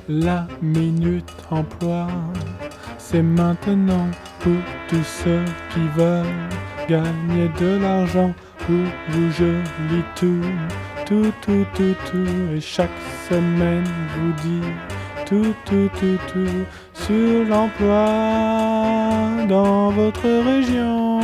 La minute emploi, c'est maintenant pour tous ceux qui veulent gagner de l'argent. Pour vous, je lis tout. Et chaque semaine, vous dit tout sur l'emploi dans votre région.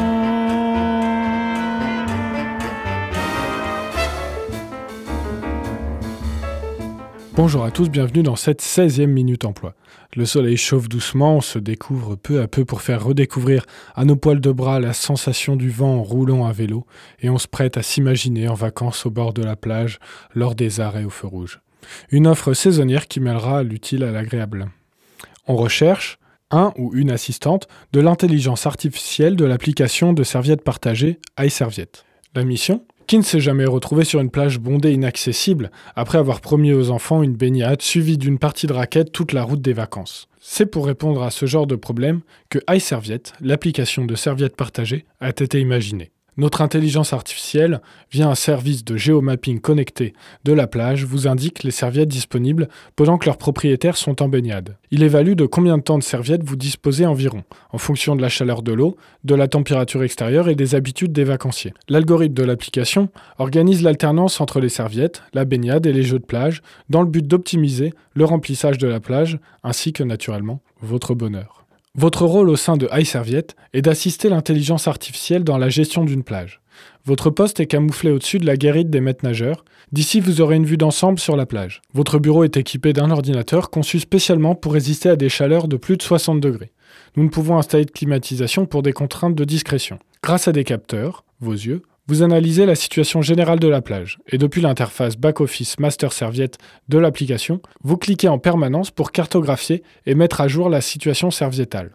Bonjour à tous, bienvenue dans cette 16e Minute Emploi. Le soleil chauffe doucement, on se découvre peu à peu pour faire redécouvrir à nos poils de bras la sensation du vent en roulant à vélo et on se prête à s'imaginer en vacances au bord de la plage lors des arrêts au feu rouge. Une offre saisonnière qui mêlera l'utile à l'agréable. On recherche un ou une assistante de l'intelligence artificielle de l'application de serviettes partagées iServiette. La mission ? Qui ne s'est jamais retrouvé sur une plage bondée inaccessible après avoir promis aux enfants une baignade suivie d'une partie de raquettes toute la route des vacances ? C'est pour répondre à ce genre de problème que iServiette, l'application de serviettes partagées, a été imaginée. Notre intelligence artificielle, via un service de géomapping connecté de la plage, vous indique les serviettes disponibles pendant que leurs propriétaires sont en baignade. Il évalue de combien de temps de serviettes vous disposez environ, en fonction de la chaleur de l'eau, de la température extérieure et des habitudes des vacanciers. L'algorithme de l'application organise l'alternance entre les serviettes, la baignade et les jeux de plage, dans le but d'optimiser le remplissage de la plage, ainsi que naturellement votre bonheur. Votre rôle au sein de iServiette est d'assister l'intelligence artificielle dans la gestion d'une plage. Votre poste est camouflé au-dessus de la guérite des maîtres nageurs. D'ici, vous aurez une vue d'ensemble sur la plage. Votre bureau est équipé d'un ordinateur conçu spécialement pour résister à des chaleurs de plus de 60 degrés. Nous ne pouvons installer de climatisation pour des contraintes de discrétion. Grâce à des capteurs, vos yeux, vous analysez la situation générale de la plage et depuis l'interface Back-Office Master Serviette de l'application, vous cliquez en permanence pour cartographier et mettre à jour la situation serviettale.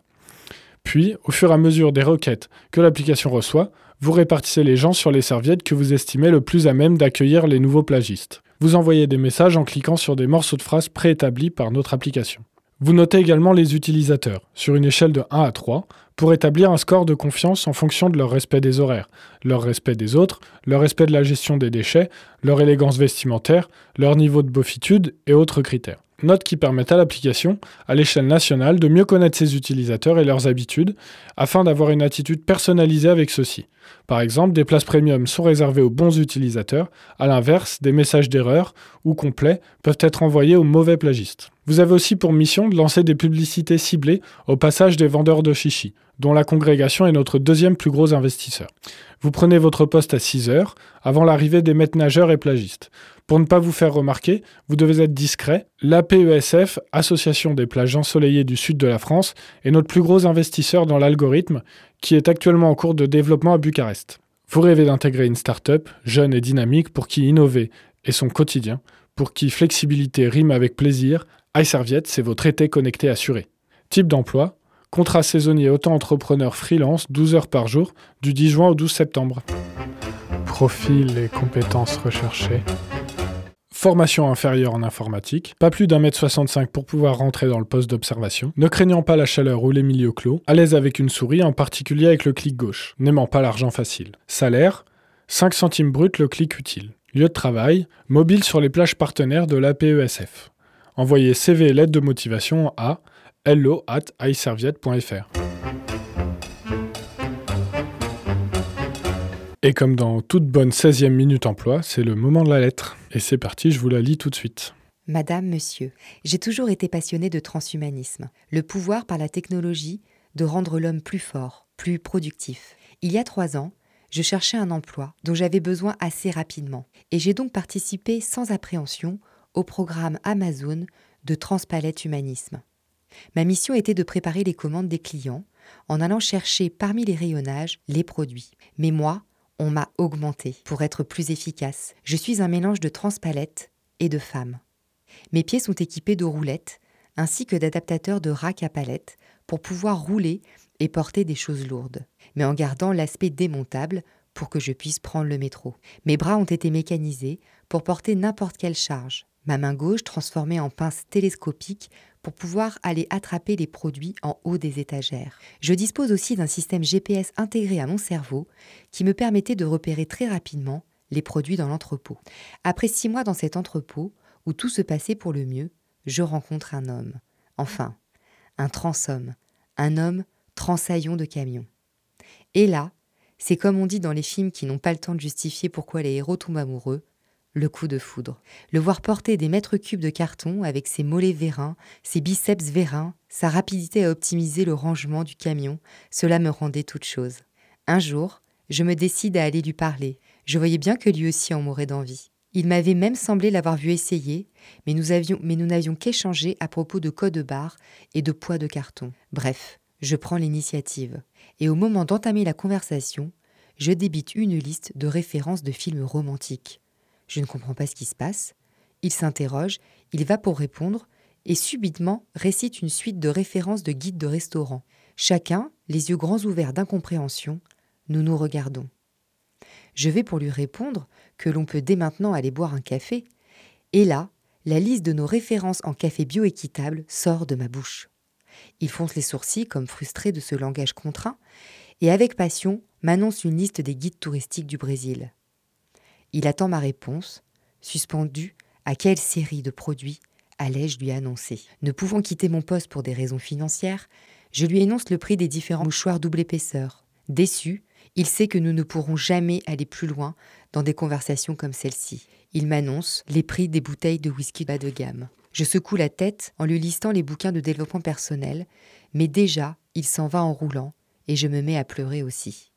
Puis, au fur et à mesure des requêtes que l'application reçoit, vous répartissez les gens sur les serviettes que vous estimez le plus à même d'accueillir les nouveaux plagistes. Vous envoyez des messages en cliquant sur des morceaux de phrases préétablis par notre application. Vous notez également les utilisateurs, sur une échelle de 1 à 3, pour établir un score de confiance en fonction de leur respect des horaires, leur respect des autres, leur respect de la gestion des déchets, leur élégance vestimentaire, leur niveau de beaufitude et autres critères. Notes qui permettent à l'application, à l'échelle nationale, de mieux connaître ses utilisateurs et leurs habitudes, afin d'avoir une attitude personnalisée avec ceux-ci. Par exemple, des places premium sont réservées aux bons utilisateurs, à l'inverse, des messages d'erreur ou complets peuvent être envoyés aux mauvais plagistes. Vous avez aussi pour mission de lancer des publicités ciblées au passage des vendeurs de chichis, dont la congrégation est notre deuxième plus gros investisseur. Vous prenez votre poste à 6 heures, avant l'arrivée des maîtres nageurs et plagistes. Pour ne pas vous faire remarquer, vous devez être discret. L'APESF, Association des plages ensoleillées du sud de la France, est notre plus gros investisseur dans l'algorithme, qui est actuellement en cours de développement à Bucarest. Vous rêvez d'intégrer une start-up, jeune et dynamique, pour qui innover est son quotidien, pour qui flexibilité rime avec plaisir, iServiette, c'est votre été connecté assuré. Type d'emploi, contrat saisonnier auto-entrepreneur freelance, 12 heures par jour, du 10 juin au 12 septembre. Profil et compétences recherchées. Formation inférieure en informatique, pas plus d'1m65 pour pouvoir rentrer dans le poste d'observation, ne craignant pas la chaleur ou les milieux clos, à l'aise avec une souris, en particulier avec le clic gauche, n'aimant pas l'argent facile. Salaire, 5 centimes brut le clic utile. Lieu de travail, mobile sur les plages partenaires de l'APESF. Envoyez CV et lettre de motivation à hello@iserviette.fr. Et comme dans toute bonne 16e minute emploi, c'est le moment de la lettre. Et c'est parti, je vous la lis tout de suite. Madame, monsieur, j'ai toujours été passionnée de transhumanisme. Le pouvoir par la technologie de rendre l'homme plus fort, plus productif. Il y a 3 ans, je cherchais un emploi dont j'avais besoin assez rapidement. Et j'ai donc participé sans appréhension au programme Amazon de Transpalette Humanisme. Ma mission était de préparer les commandes des clients en allant chercher parmi les rayonnages les produits. Mais moi, on m'a augmenté pour être plus efficace. Je suis un mélange de Transpalette et de femme. Mes pieds sont équipés de roulettes ainsi que d'adaptateurs de rack à palettes pour pouvoir rouler et porter des choses lourdes, mais en gardant l'aspect démontable pour que je puisse prendre le métro. Mes bras ont été mécanisés pour porter n'importe quelle charge. Ma main gauche transformée en pince télescopique pour pouvoir aller attraper les produits en haut des étagères. Je dispose aussi d'un système GPS intégré à mon cerveau qui me permettait de repérer très rapidement les produits dans l'entrepôt. Après 6 mois dans cet entrepôt, où tout se passait pour le mieux, je rencontre un homme. Enfin, un transhomme. Un homme transaillon de camion. Et là, c'est comme on dit dans les films qui n'ont pas le temps de justifier pourquoi les héros tombent amoureux, le coup de foudre. Le voir porter des mètres cubes de carton avec ses mollets vérins, ses biceps vérins, sa rapidité à optimiser le rangement du camion, cela me rendait toute chose. Un jour, je me décide à aller lui parler. Je voyais bien que lui aussi en mourait d'envie. Il m'avait même semblé l'avoir vu essayer, mais nous n'avions qu'échangé à propos de code barre et de poids de carton. Bref, je prends l'initiative. Et au moment d'entamer la conversation, je débite une liste de références de films romantiques. Je ne comprends pas ce qui se passe. Il s'interroge, il va pour répondre, et subitement récite une suite de références de guides de restaurants. Chacun, les yeux grands ouverts d'incompréhension, nous nous regardons. Je vais pour lui répondre que l'on peut dès maintenant aller boire un café. Et là, la liste de nos références en café bioéquitable sort de ma bouche. Il fronce les sourcils comme frustré de ce langage contraint et avec passion m'annonce une liste des guides touristiques du Brésil. Il attend ma réponse, suspendu à quelle série de produits allais-je lui annoncer. Ne pouvant quitter mon poste pour des raisons financières, je lui énonce le prix des différents mouchoirs double épaisseur. Déçu, il sait que nous ne pourrons jamais aller plus loin dans des conversations comme celle-ci. Il m'annonce les prix des bouteilles de whisky bas de gamme. Je secoue la tête en lui listant les bouquins de développement personnel, mais déjà, il s'en va en roulant et je me mets à pleurer aussi.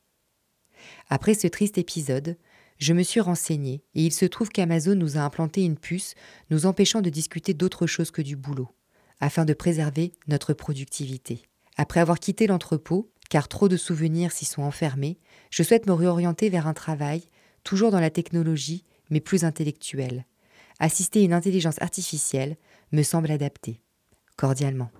Après ce triste épisode, je me suis renseignée et il se trouve qu'Amazon nous a implanté une puce nous empêchant de discuter d'autre chose que du boulot, afin de préserver notre productivité. Après avoir quitté l'entrepôt, car trop de souvenirs s'y sont enfermés, je souhaite me réorienter vers un travail, toujours dans la technologie, mais plus intellectuel. Assister une intelligence artificielle me semble adapté. Cordialement.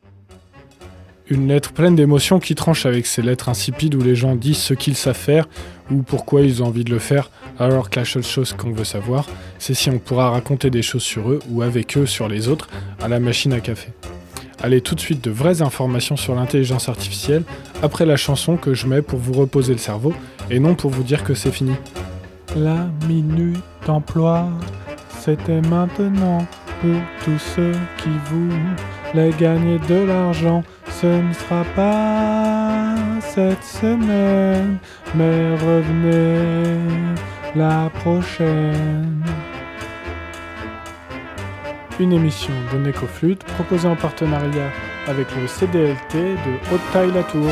Une lettre pleine d'émotions qui tranche avec ces lettres insipides où les gens disent ce qu'ils savent faire ou pourquoi ils ont envie de le faire, alors que la seule chose qu'on veut savoir, c'est si on pourra raconter des choses sur eux ou avec eux sur les autres à la machine à café. Allez, tout de suite de vraies informations sur l'intelligence artificielle après la chanson que je mets pour vous reposer le cerveau et non pour vous dire que c'est fini. La minute emploi, c'était maintenant pour tous ceux qui voulaient gagner de l'argent. Ce ne sera pas cette semaine, mais revenez la prochaine. Une émission de Necoflute proposée en partenariat avec le CDLT de Haute-Taille-la-Tour.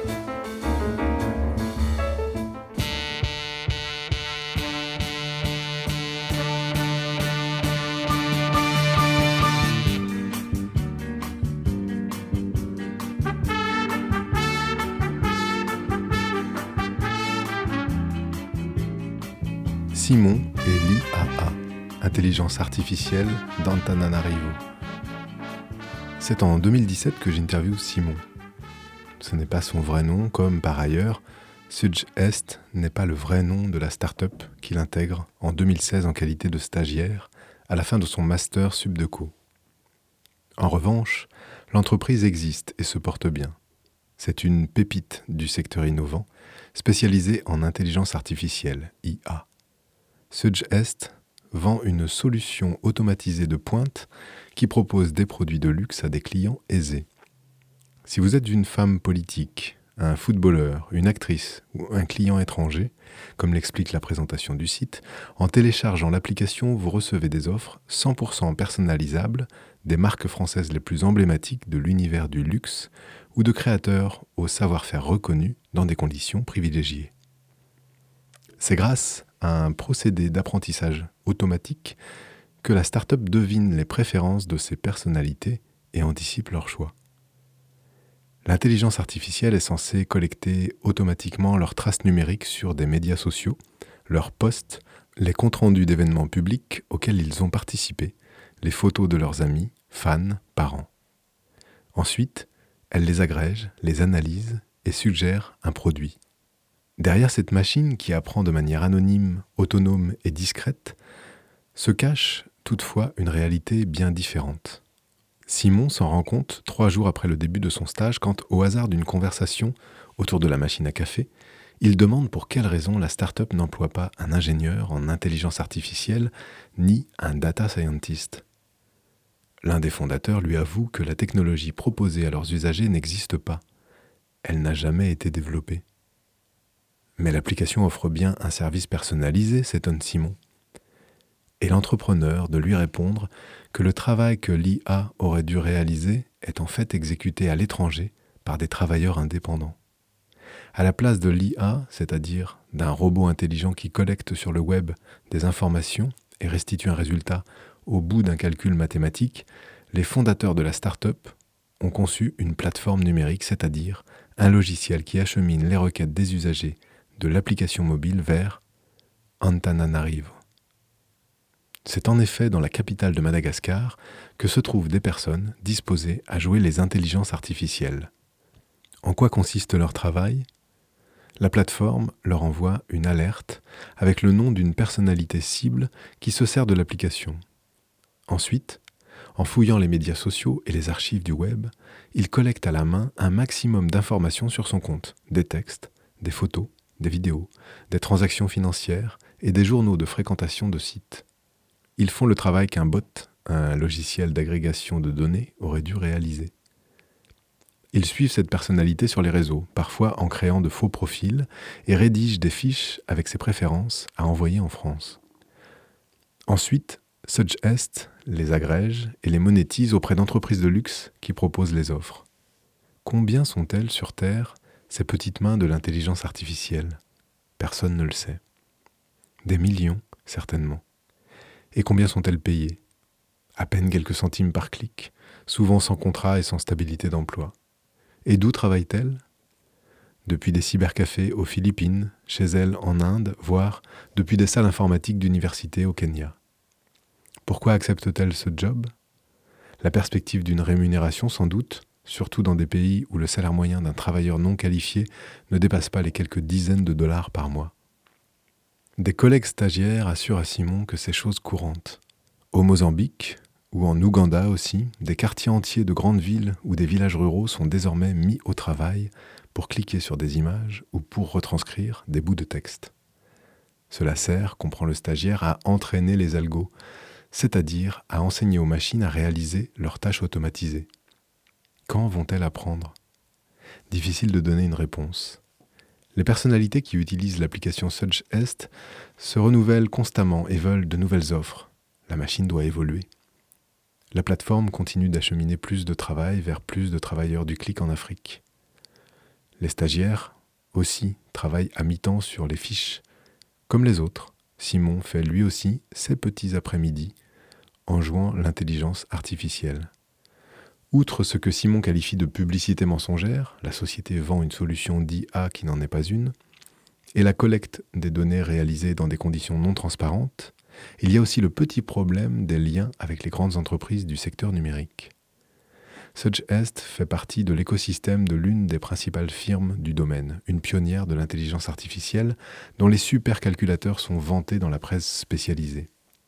Simon et l'IAA, intelligence artificielle d'Antananarivo. C'est en 2017 que j'interviewe Simon. Ce n'est pas son vrai nom, comme par ailleurs, Sudgest n'est pas le vrai nom de la start-up qu'il intègre en 2016 en qualité de stagiaire à la fin de son master Subdeco. En revanche, l'entreprise existe et se porte bien. C'est une pépite du secteur innovant, spécialisée en intelligence artificielle, IA. Sudgest vend une solution automatisée de pointe qui propose des produits de luxe à des clients aisés. Si vous êtes une femme politique, un footballeur, une actrice ou un client étranger, comme l'explique la présentation du site, en téléchargeant l'application, vous recevez des offres 100% personnalisables des marques françaises les plus emblématiques de l'univers du luxe ou de créateurs au savoir-faire reconnu dans des conditions privilégiées. C'est grâce à un procédé d'apprentissage automatique que la start-up devine les préférences de ses personnalités et anticipe leurs choix. L'intelligence artificielle est censée collecter automatiquement leurs traces numériques sur des médias sociaux, leurs posts, les comptes rendus d'événements publics auxquels ils ont participé, les photos de leurs amis, fans, parents. Ensuite, elle les agrège, les analyse et suggère un produit. Derrière cette machine qui apprend de manière anonyme, autonome et discrète, se cache toutefois une réalité bien différente. Simon s'en rend compte 3 jours après le début de son stage quand, au hasard d'une conversation autour de la machine à café, il demande pour quelle raison la start-up n'emploie pas un ingénieur en intelligence artificielle ni un data scientist. L'un des fondateurs lui avoue que la technologie proposée à leurs usagers n'existe pas. Elle n'a jamais été développée. Mais l'application offre bien un service personnalisé, s'étonne Simon. Et l'entrepreneur de lui répondre que le travail que l'IA aurait dû réaliser est en fait exécuté à l'étranger par des travailleurs indépendants. À la place de l'IA, c'est-à-dire d'un robot intelligent qui collecte sur le web des informations et restitue un résultat au bout d'un calcul mathématique, les fondateurs de la start-up ont conçu une plateforme numérique, c'est-à-dire un logiciel qui achemine les requêtes des usagers de l'application mobile vers Antananarivo. C'est en effet dans la capitale de Madagascar que se trouvent des personnes disposées à jouer les intelligences artificielles. En quoi consiste leur travail ? La plateforme leur envoie une alerte avec le nom d'une personnalité cible qui se sert de l'application. Ensuite, en fouillant les médias sociaux et les archives du web, il collecte à la main un maximum d'informations sur son compte, des textes, des photos, des vidéos, des transactions financières et des journaux de fréquentation de sites. Ils font le travail qu'un bot, un logiciel d'agrégation de données, aurait dû réaliser. Ils suivent cette personnalité sur les réseaux, parfois en créant de faux profils, et rédigent des fiches avec ses préférences à envoyer en France. Ensuite, Sudgest les agrège et les monétise auprès d'entreprises de luxe qui proposent les offres. Combien sont-elles sur Terre, ces petites mains de l'intelligence artificielle ? Personne ne le sait. Des millions, certainement. Et combien sont-elles payées ? À peine quelques centimes par clic, souvent sans contrat et sans stabilité d'emploi. Et d'où travaillent-elles ? Depuis des cybercafés aux Philippines, chez elles en Inde, voire depuis des salles informatiques d'université au Kenya. Pourquoi acceptent-elles ce job ? La perspective d'une rémunération sans doute, surtout dans des pays où le salaire moyen d'un travailleur non qualifié ne dépasse pas les quelques dizaines de dollars par mois. Des collègues stagiaires assurent à Simon que c'est chose courante. Au Mozambique, ou en Ouganda aussi, des quartiers entiers de grandes villes ou des villages ruraux sont désormais mis au travail pour cliquer sur des images ou pour retranscrire des bouts de texte. Cela sert, comprend le stagiaire, à entraîner les algos, c'est-à-dire à enseigner aux machines à réaliser leurs tâches automatisées. Quand vont-elles apprendre ? Difficile de donner une réponse. Les personnalités qui utilisent l'application Sudgest se renouvellent constamment et veulent de nouvelles offres. La machine doit évoluer. La plateforme continue d'acheminer plus de travail vers plus de travailleurs du clic en Afrique. Les stagiaires, aussi, travaillent à mi-temps sur les fiches. Comme les autres, Simon fait lui aussi ses petits après-midi en jouant l'intelligence artificielle. Outre ce que Simon qualifie de publicité mensongère, la société vend une solution d'IA qui n'en est pas une, et la collecte des données réalisées dans des conditions non transparentes, il y a aussi le petit problème des liens avec les grandes entreprises du secteur numérique. Sudgest fait partie de l'écosystème de l'une des principales firmes du domaine, une pionnière de l'intelligence artificielle dont les supercalculateurs sont vantés dans la presse spécialisée.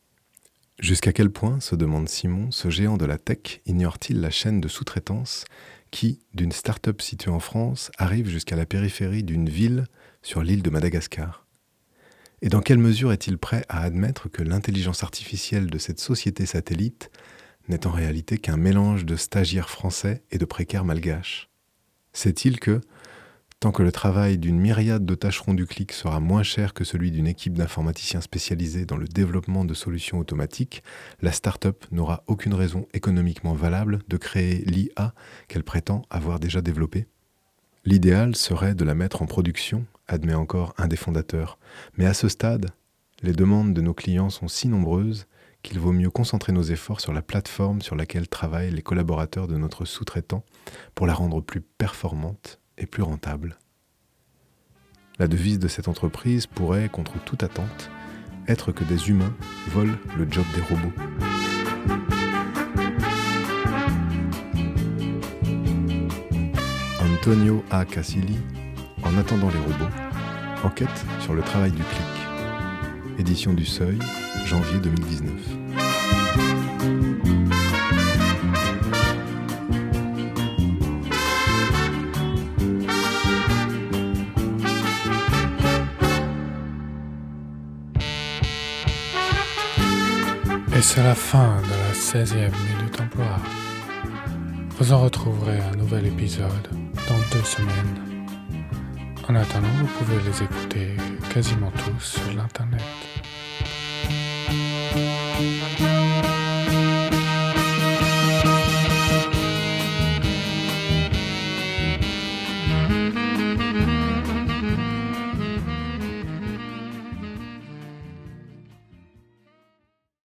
Jusqu'à quel point, se demande Simon, ce géant de la tech ignore-t-il la chaîne de sous-traitance qui, d'une start-up située en France, arrive jusqu'à la périphérie d'une ville sur l'île de Madagascar ? Et dans quelle mesure est-il prêt à admettre que l'intelligence artificielle de cette société satellite n'est en réalité qu'un mélange de stagiaires français et de précaires malgaches ? Sait-il que, tant que le travail d'une myriade de tâcherons du clic sera moins cher que celui d'une équipe d'informaticiens spécialisés dans le développement de solutions automatiques, la start-up n'aura aucune raison économiquement valable de créer l'IA qu'elle prétend avoir déjà développée ? L'idéal serait de la mettre en production, admet encore un des fondateurs. Mais à ce stade, les demandes de nos clients sont si nombreuses qu'il vaut mieux concentrer nos efforts sur la plateforme sur laquelle travaillent les collaborateurs de notre sous-traitant pour la rendre plus performante et plus rentable. La devise de cette entreprise pourrait, contre toute attente, être que des humains volent le job des robots. Antonio A. Casilli, En attendant les robots, enquête sur le travail du clic. Édition du Seuil, janvier 2019. Et c'est la fin de la 16e minute Minute Emploi. Vous en retrouverez un nouvel épisode dans 2 semaines. En attendant, vous pouvez les écouter quasiment tous sur l'internet.